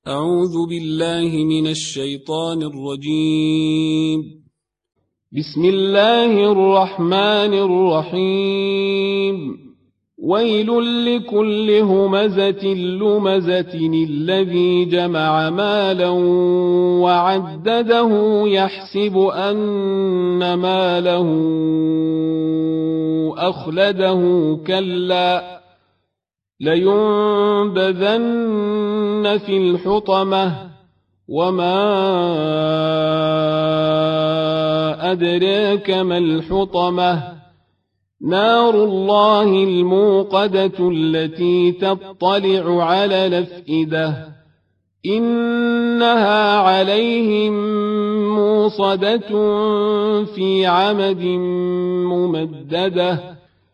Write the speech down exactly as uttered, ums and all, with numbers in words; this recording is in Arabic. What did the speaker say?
أعوذ بالله من الشيطان الرجيم. بسم الله الرحمن الرحيم. ويل لكل همزة لمزة الذي جمع مالا وعدده يحسب أن ماله أخلده كلا لينبذن في الحطمة وما أدراك ما الحطمة نار الله الموقدة التي تطلع على الأفئدة إنها عليهم موصدة في عمد ممددة